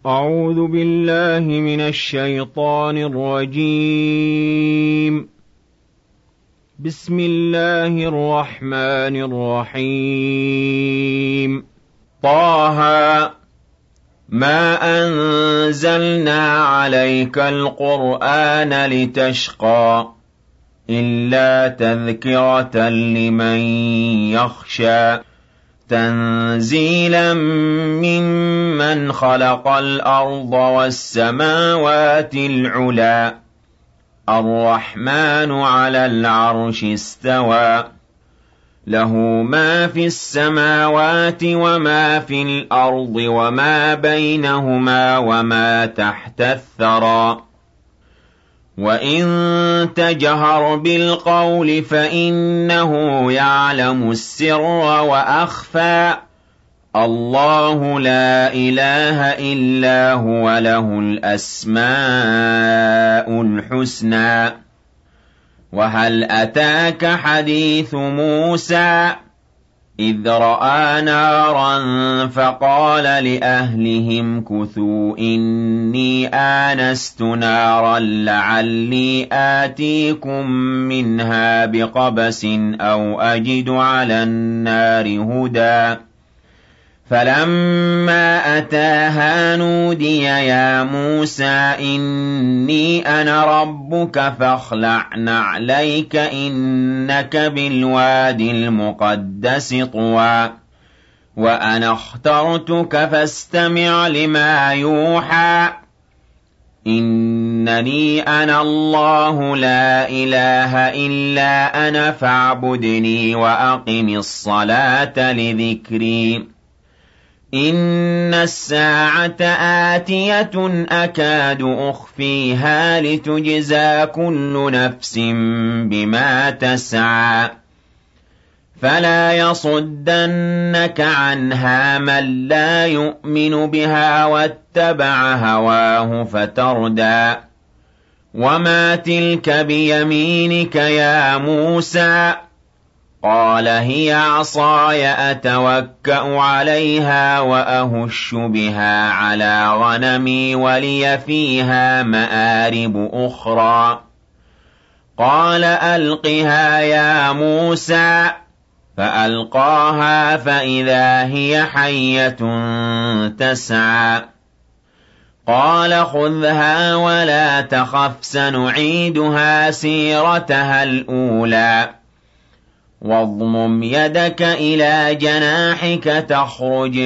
أعوذ بالله من الشيطان الرجيم. بسم الله الرحمن الرحيم. طه ما أنزلنا عليك القرآن لتشقى إلا تذكرة لمن يخشى تنزيلا ممن خلق الأرض والسماوات العلى الرحمن على العرش استوى له ما في السماوات وما في الأرض وما بينهما وما تحت الثرى وإن تجهر بالقول فإنه يعلم السر وأخفى الله لا إله إلا هو له الأسماء الحسنى وهل أتاك حديث موسى إذ رأى نارا فقال لأهلهم كثوا إني آنست نارا لعلي آتيكم منها بقبس أو أجد على النار هدى فلما أتاها نودي يا موسى إني أنا ربك فاخلع نعليك إنك بالوادي المقدس طوى وأنا اخترتك فاستمع لما يوحى إنني أنا الله لا إله إلا أنا فاعبدني وأقم الصلاة لذكري إن الساعة آتية أكاد أخفيها لتجزى كل نفس بما تسعى فلا يصدنك عنها من لا يؤمن بها واتبع هواه فتردى وما تلك بيمينك يا موسى قال هي عصاي أتوكأ عليها وأهش بها على غنمي ولي فيها مآرب أخرى قال ألقها يا موسى فألقاها فإذا هي حية تسعى قال خذها ولا تخف سنعيدها سيرتها الأولى واضمم يدك إلى جناحك تخرج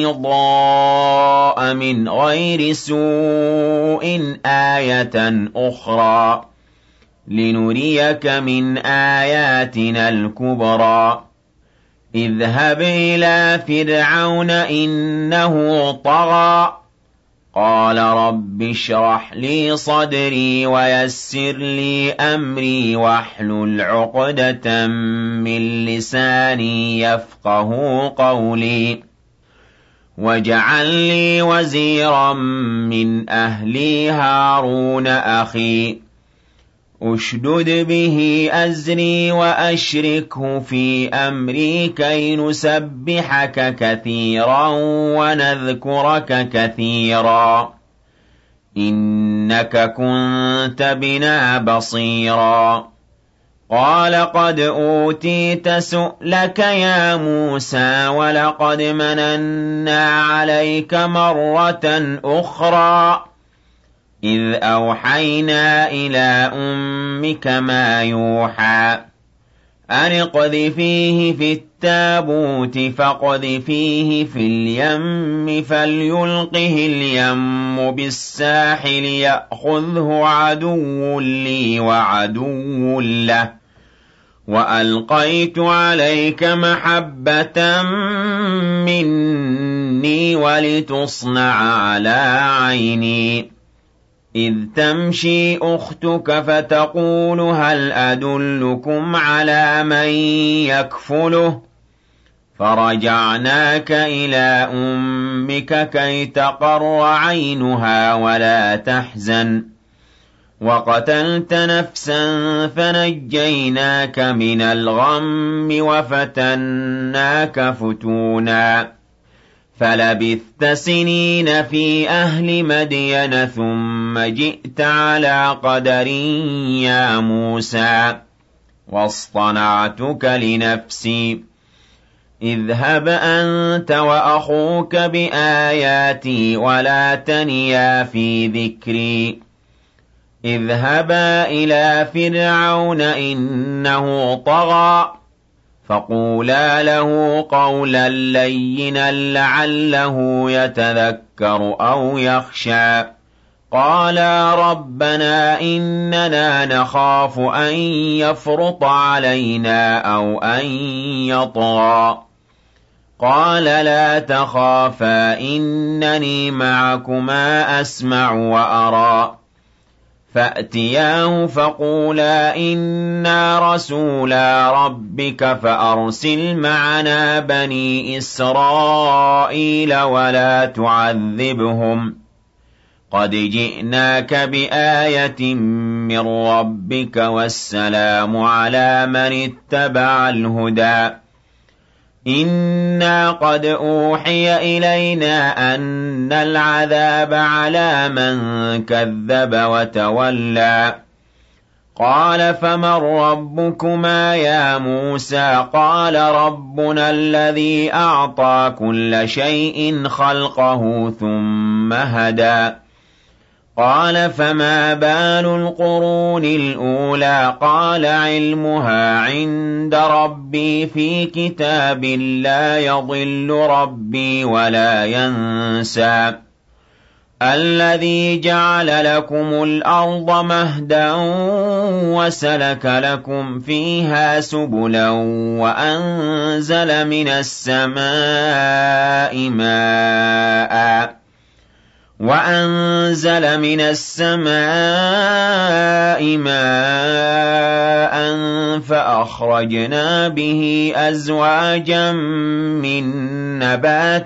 بيضاء من غير سوء آية أخرى لنريك من آياتنا الكبرى اذهب إلى فرعون إنه طغى قال رب اشرح لي صدري ويسر لي أمري واحلل عقدة من لساني يفقه قولي واجعل لي وزيرا من أهلي هارون أخي أشدد به أزري وأشركه في أمري كي نسبحك كثيرا ونذكرك كثيرا إنك كنت بنا بصيرا قال قد أوتيت سؤلك يا موسى ولقد مننا عليك مرة أخرى إذ أوحينا إلى أمك ما يوحى أن اقذفيه في التابوت فاقذفيه في اليم فليلقه اليم بالساحل يأخذه عدو لي وعدو له وألقيت عليك محبة مني ولتصنع على عيني إذ تمشي أختك فتقول هل أدلكم على من يكفله فرجعناك إلى أمك كي تقر عينها ولا تحزن وقتلت نفسا فنجيناك من الغم وفتناك فتونا فلبثت سنين في أهل مدين ثم جئت على قدر يا موسى واصطنعتك لنفسي اذهب أنت وأخوك بآياتي ولا تنيا في ذكري اذهبا إلى فرعون إنه طغى فقولا له قولا لينا لعله يتذكر أو يخشى قالا ربنا إننا نخاف أن يفرط علينا أو أن يطغى قال لا تخافا إنني معكما أسمع وأرى فأتياه فقولا إنا رسولا ربك فأرسل معنا بني إسرائيل ولا تعذبهم قد جئناك بآية من ربك والسلام على من اتبع الهدى إنا قد أوحي إلينا أن العذاب على من كذب وتولى قال فمن ربكما يا موسى قال ربنا الذي أعطى كل شيء خلقه ثم هدى قال فما بال القرون الأولى قال علمها عند ربي في كتاب لا يضل ربي ولا ينسى الذي جعل لكم الأرض مهدا وسلك لكم فيها سبلا وأنزل من السماء ماء فأخرجنا به أزواجا من نبات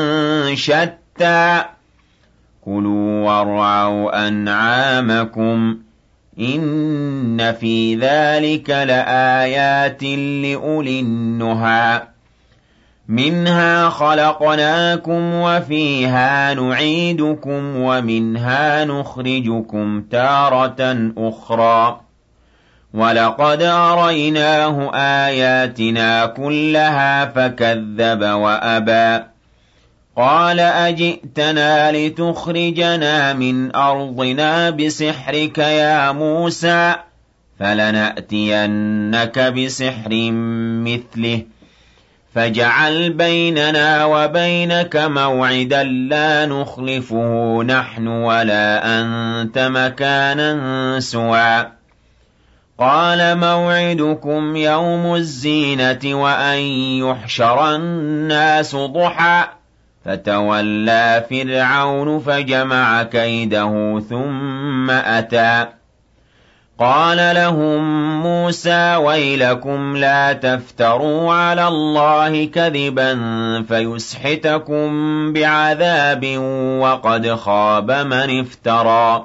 شتى كلوا وارعوا أنعامكم إن في ذلك لآيات لأولي النهى منها خلقناكم وفيها نعيدكم ومنها نخرجكم تارة أخرى ولقد أريناه آياتنا كلها فكذب وأبى قال أجئتنا لتخرجنا من أرضنا بسحرك يا موسى فلنأتينك بسحر مثله فاجعل بيننا وبينك موعدا لا نخلفه نحن ولا أنت مكانا سوى قال موعدكم يوم الزينة وأن يحشر الناس ضحى فتولى فرعون فجمع كيده ثم أتى قال لهم موسى ويلكم لا تفتروا على الله كذبا فيسحتكم بعذاب وقد خاب من افترى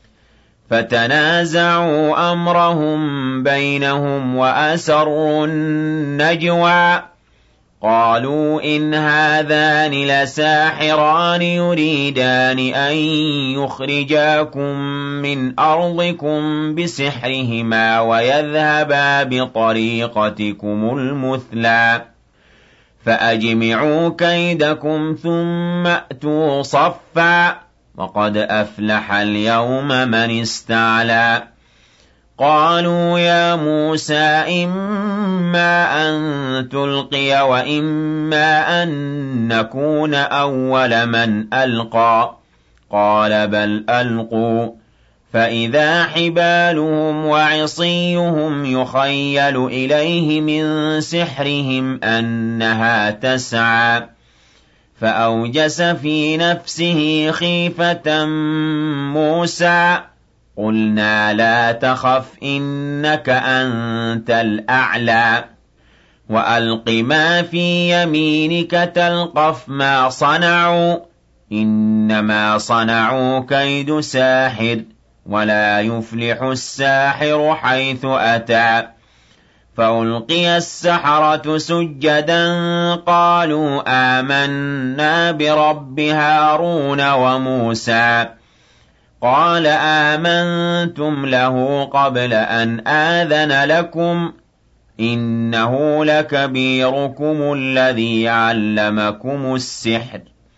فتنازعوا أمرهم بينهم وأسروا النجوى قالوا إن هذان لساحران يريدان أن يخرجاكم من أرضكم بسحرهما ويذهبا بطريقتكم المثلى فأجمعوا كيدكم ثم أتوا صفا وقد أفلح اليوم من استعلى قالوا يا موسى إما أن تلقي وإما أن نكون أول من ألقى قال بل ألقوا فإذا حبالهم وعصيهم يخيل إليه من سحرهم أنها تسعى فأوجس في نفسه خيفة موسى قلنا لا تخف إنك أنت الأعلى وألق ما في يمينك تلقف ما صنعوا إنما صنعوا كيد ساحر ولا يفلح الساحر حيث أتى فألقي السحرة سجدا قالوا آمنا برب هارون وموسى قال آمنتم له قبل أن آذن لكم إنه لكبيركم الذي علمكم السحر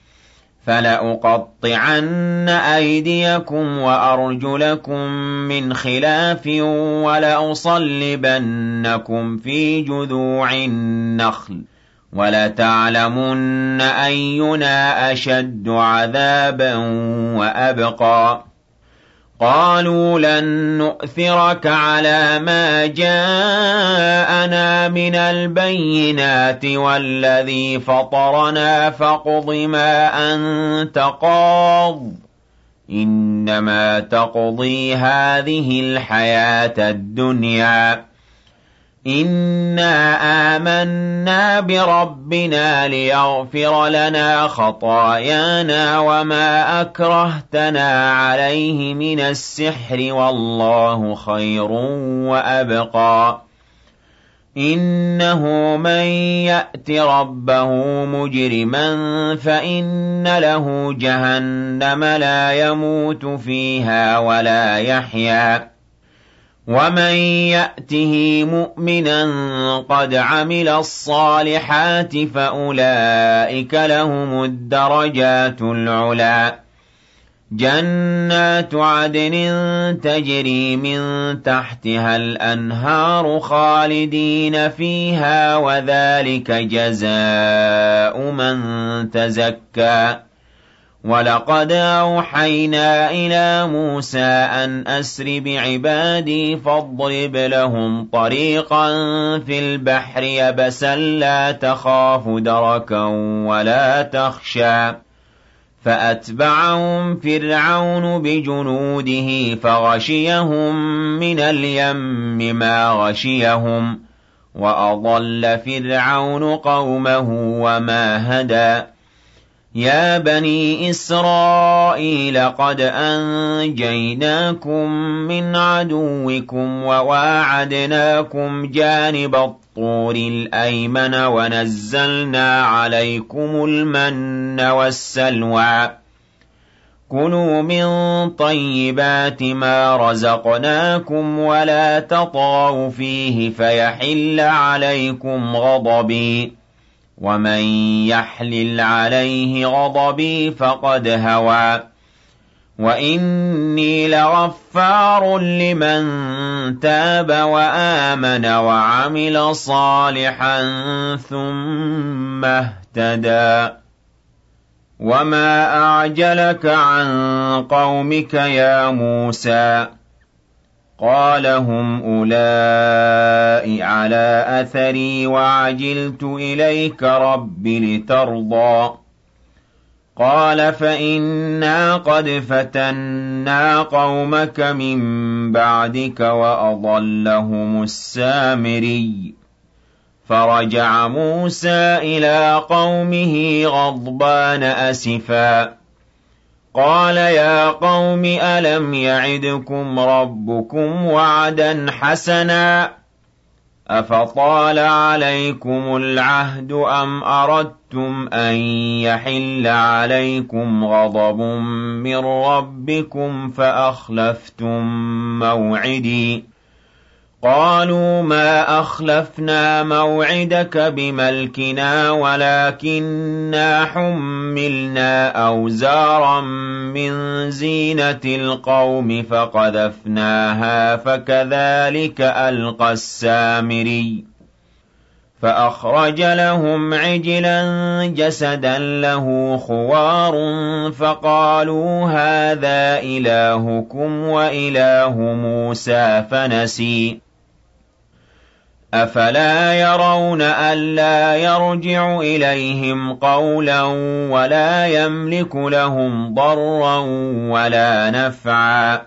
فلأقطعن أيديكم وأرجلكم من خلاف ولأصلبنكم في جذوع النخل ولتعلمن أينا أشد عذابا وأبقى قالوا لن نؤثرك على ما جاءنا من البينات والذي فطرنا فاقض ما أنت قاض إنما تقضي هذه الحياة الدنيا إنا آمنا بربنا ليغفر لنا خطايانا وما أكرهتنا عليه من السحر والله خير وأبقى إنه من يأت ربه مجرما فإن له جهنم لا يموت فيها ولا يحيا ومن يأته مؤمنا قد عمل الصالحات فأولئك لهم الدرجات العلا جنات عدن تجري من تحتها الأنهار خالدين فيها وذلك جزاء من تزكى ولقد أوحينا إلى موسى أن أسر بعبادي فاضرب لهم طريقا في البحر يبسا لا تخاف دركا ولا تخشى فأتبعهم فرعون بجنوده فغشيهم من اليم ما غشيهم وأضل فرعون قومه وما هدى يا بني إسرائيل قد أنجيناكم من عدوكم وواعدناكم جانب الطور الأيمن ونزلنا عليكم المن والسلوى كلوا من طيبات ما رزقناكم ولا تطغوا فيه فيحل عليكم غضبي ومن يحلل عليه غضبي فقد هوى وإني لغفار لمن تاب وآمن وعمل صالحا ثم اهتدى وما أعجلك عن قومك يا موسى قال هم أولئك على أثري وعجلت إليك رب لترضى قال فإنا قد فتنا قومك من بعدك وأضلهم السامري فرجع موسى إلى قومه غضبان أسفا قال يا قوم ألم يعدكم ربكم وعدا حسنا أفطال عليكم العهد أم أردتم أن يحل عليكم غضب من ربكم فأخلفتم موعدي قالوا ما أخلفنا موعدك بملكنا ولكننا حملنا أوزارا من زينة القوم فقذفناها فكذلك ألقى السامري فأخرج لهم عجلا جسدا له خوار فقالوا هذا إلهكم وإله موسى فنسي أفلا يرون ألا يرجع إليهم قولا ولا يملك لهم ضرا ولا نفعا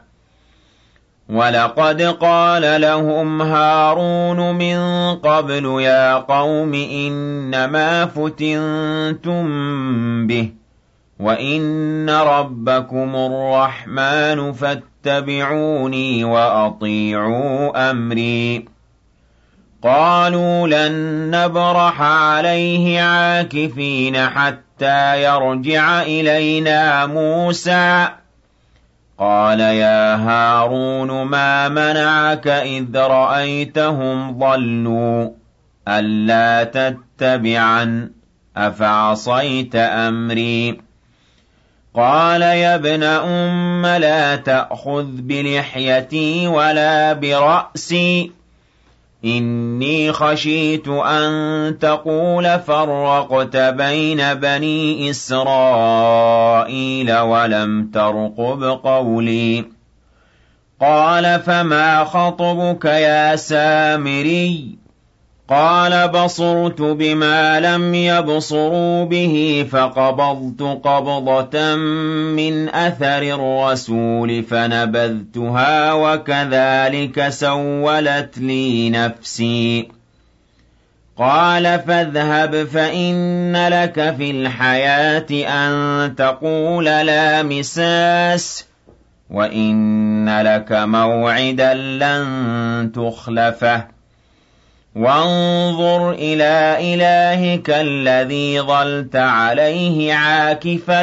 ولقد قال لهم هارون من قبل يا قوم إنما فتنتم به وإن ربكم الرحمن فاتبعوني وأطيعوا أمري قالوا لن نبرح عليه عاكفين حتى يرجع إلينا موسى قال يا هارون ما منعك إذ رأيتهم ضلوا ألا تتبعن أفعصيت أمري قال يا ابن أم لا تأخذ بلحيتي ولا برأسي إني خشيت أن تقول فرقت بين بني إسرائيل ولم ترقب قولي قال فما خطبك يا سامري قال بصرت بما لم يبصروا به فقبضت قبضة من أثر الرسول فنبذتها وكذلك سولت لي نفسي قال فاذهب فإن لك في الحياة أن تقول لا مساس وإن لك موعدا لن تخلفه وانظر إلى إلهك الذي ظلت عليه عاكفا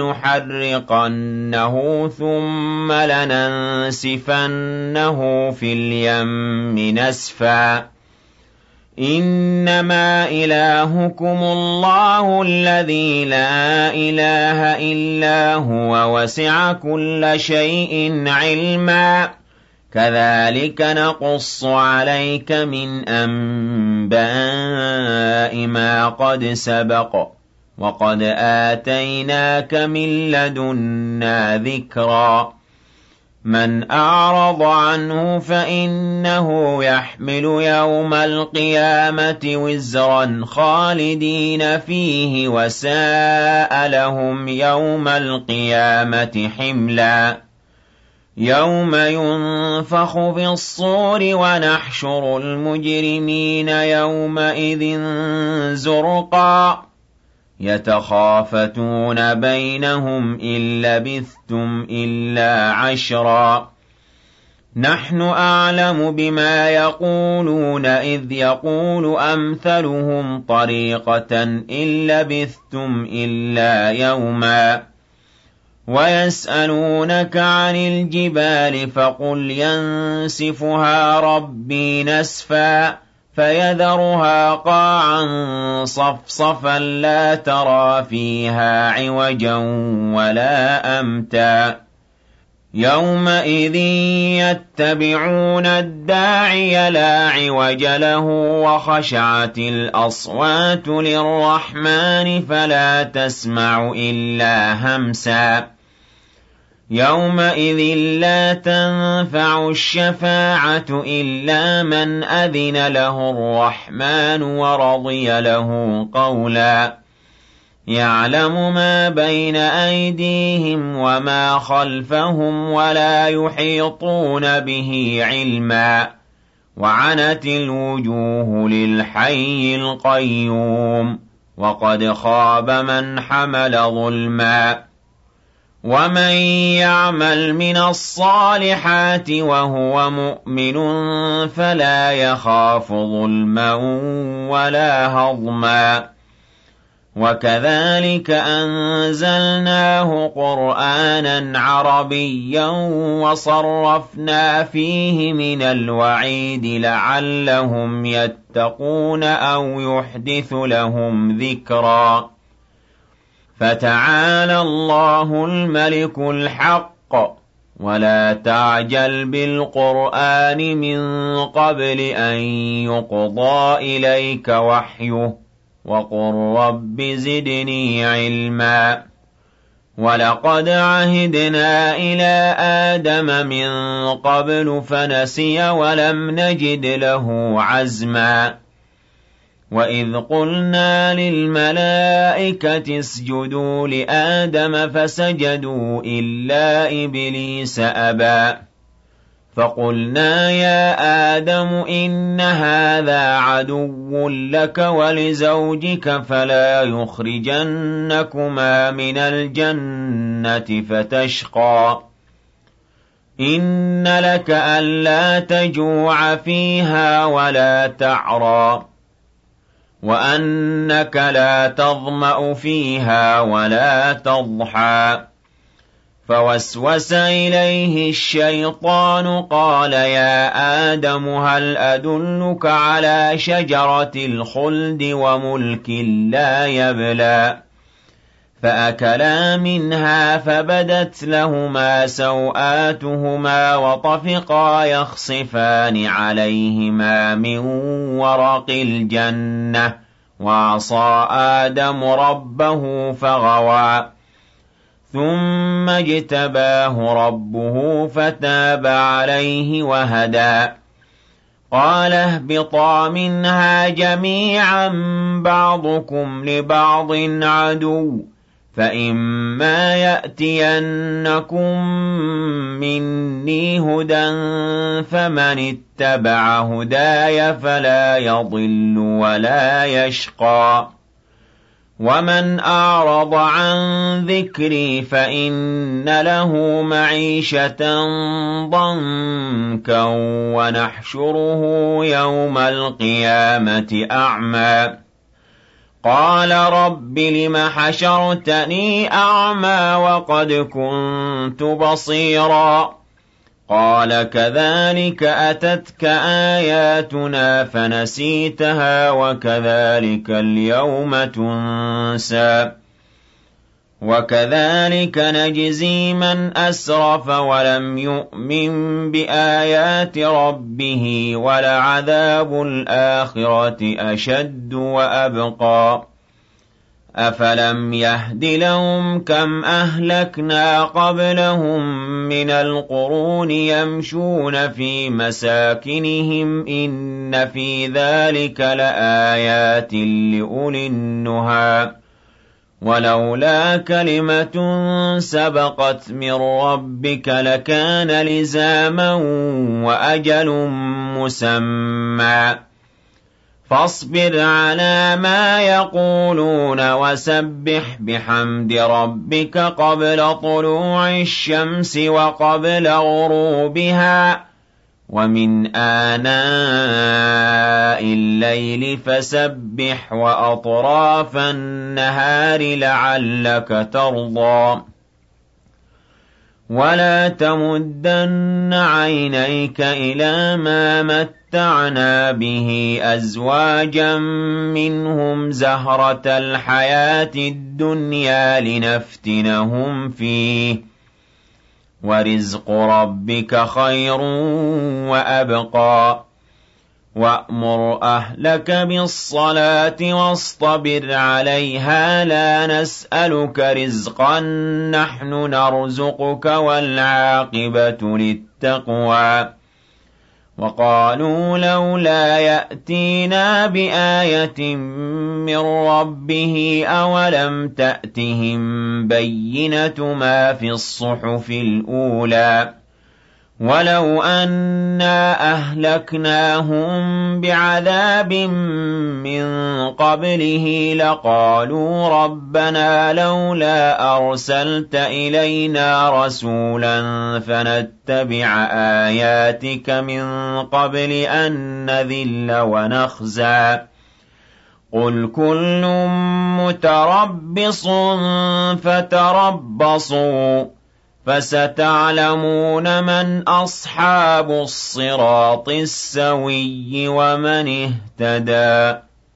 لنحرقنه ثم لننسفنه في اليم نسفا إنما إلهكم الله الذي لا إله إلا هو وسع كل شيء علما كذلك نقص عليك من أنباء ما قد سبق وقد آتيناك من لدنا ذكرا من أعرض عنه فإنه يحمل يوم القيامة وزرا خالدين فيه وساء لهم يوم القيامة حملا يوم ينفخ في الصور ونحشر المجرمين يومئذ زرقا يتخافتون بينهم إن لبثتم إلا عشرا نحن أعلم بما يقولون إذ يقول أمثلهم طريقة إن لبثتم إلا يوما ويسألونك عن الجبال فقل ينسفها ربي نسفا فيذرها قاعا صفصفا لا ترى فيها عوجا ولا أمتا يومئذ يتبعون الداعي لا عوج له وخشعت الأصوات للرحمن فلا تسمع إلا همسا يومئذ لا تنفع الشفاعة إلا من أذن له الرحمن ورضي له قولا يعلم ما بين أيديهم وما خلفهم ولا يحيطون به علما وعنت الوجوه للحي القيوم وقد خاب من حمل ظلما ومن يعمل من الصالحات وهو مؤمن فلا يخاف ظلما ولا هضما وكذلك أنزلناه قرآنا عربيا وصرفنا فيه من الوعيد لعلهم يتقون أو يحدث لهم ذكرا فتعالى الله الملك الحق ولا تعجل بالقرآن من قبل أن يقضى إليك وحيه وقل رب زدني علما ولقد عهدنا إلى آدم من قبل فنسي ولم نجد له عزما وإذ قلنا للملائكة اسجدوا لآدم فسجدوا إلا إبليس أبى فقلنا يا آدم إن هذا عدو لك ولزوجك فلا يخرجنكما من الجنة فتشقى إِنَّ لَكَ أَلَّا تَجُوعَ فِيهَا وَلَا تَعْرَىٰ وَأَنَّكَ لَا تَظْمَأُ فِيهَا وَلَا تَضْحَىٰ فَوَسْوَسَ إِلَيْهِ الشَّيْطَانُ قَالَ يَا آدَمُ هَلْ أَدُلُّكَ عَلَىٰ شَجَرَةِ الْخُلْدِ وَمُلْكٍ لَّا يَبْلَىٰ فَأَكَلَا مِنْهَا فَبَدَتْ لَهُمَا سَوْآتُهُمَا وَطَفِقَا يَخْصِفَانِ عَلَيْهِمَا مِن وَرَقِ الْجَنَّةِ وَعَصَىٰ آدَمُ رَبَّهُ فَغَوَىٰ ثُمَّ اجْتَبَاهُ رَبُّهُ فَتَابَ عَلَيْهِ وَهَدَىٰ قَالَ اهْبِطَا مِنْهَا جَمِيعًا بَعْضُكُمْ لِبَعْضٍ عَدُوٌّ فَإِمَّا يَأْتِيَنَّكُم مِّنِّي هُدًى فَمَنِ اتَّبَعَ هُدَايَ فَلَا يَضِلُّ وَلَا يَشْقَىٰ وَمَنْ أَعْرَضَ عَن ذِكْرِي فَإِنَّ لَهُ مَعِيشَةً ضَنكًا وَنَحْشُرُهُ يَوْمَ الْقِيَامَةِ أَعْمَىٰ قَالَ رَبِّ لِمَ حَشَرْتَنِي أَعْمَىٰ وَقَدْ كُنتُ بَصِيرًا قَالَ كَذَٰلِكَ أَتَتْكَ آيَاتُنَا فَنَسِيتَهَا وَكَذَٰلِكَ الْيَوْمَ تُنسَىٰ وَكَذَٰلِكَ نَجْزِي مَنْ أَسْرَفَ وَلَمْ يُؤْمِن بِآيَاتِ رَبِّهِ وَلَعَذَابُ الْآخِرَةِ أَشَدُّ وَأَبْقَىٰ أَفَلَمْ يَهْدِ لَهُمْ كَمْ أَهْلَكْنَا قَبْلَهُم مِّنَ الْقُرُونِ يَمْشُونَ فِي مَسَاكِنِهِمْ ۚ إِنَّ فِي ذَٰلِكَ لَآيَاتٍ لِّأُولِي النُّهَىٰ وَلَوْلَا كَلِمَةٌ سَبَقَتْ مِن رَّبِّكَ لَكَانَ لِزَامًا وَأَجَلٌ مُّسَمًّى فاصبر على ما يقولون وسبح بحمد ربك قبل طلوع الشمس وقبل غروبها ومن آناء الليل فسبح وأطراف النهار لعلك ترضى ولا تمدن عينيك إلى ما متعنا به أزواجا منهم زهرة الحياة الدنيا لنفتنهم فيه ورزق ربك خير وأبقى وأمر أهلك بالصلاة واصطبر عليها لا نسألك رزقا نحن نرزقك والعاقبة للتقوى وقالوا لولا يأتينا بآية من ربه أولم تأتهم بينة ما في الصحف الأولى ولو أنا أهلكناهم بعذاب من قبله لقالوا ربنا لولا أرسلت إلينا رسولا فنتبع آياتك من قبل أن نذل ونخزى قل كل متربص فتربصوا فستعلمون من أصحاب الصراط السوي ومن اهتدى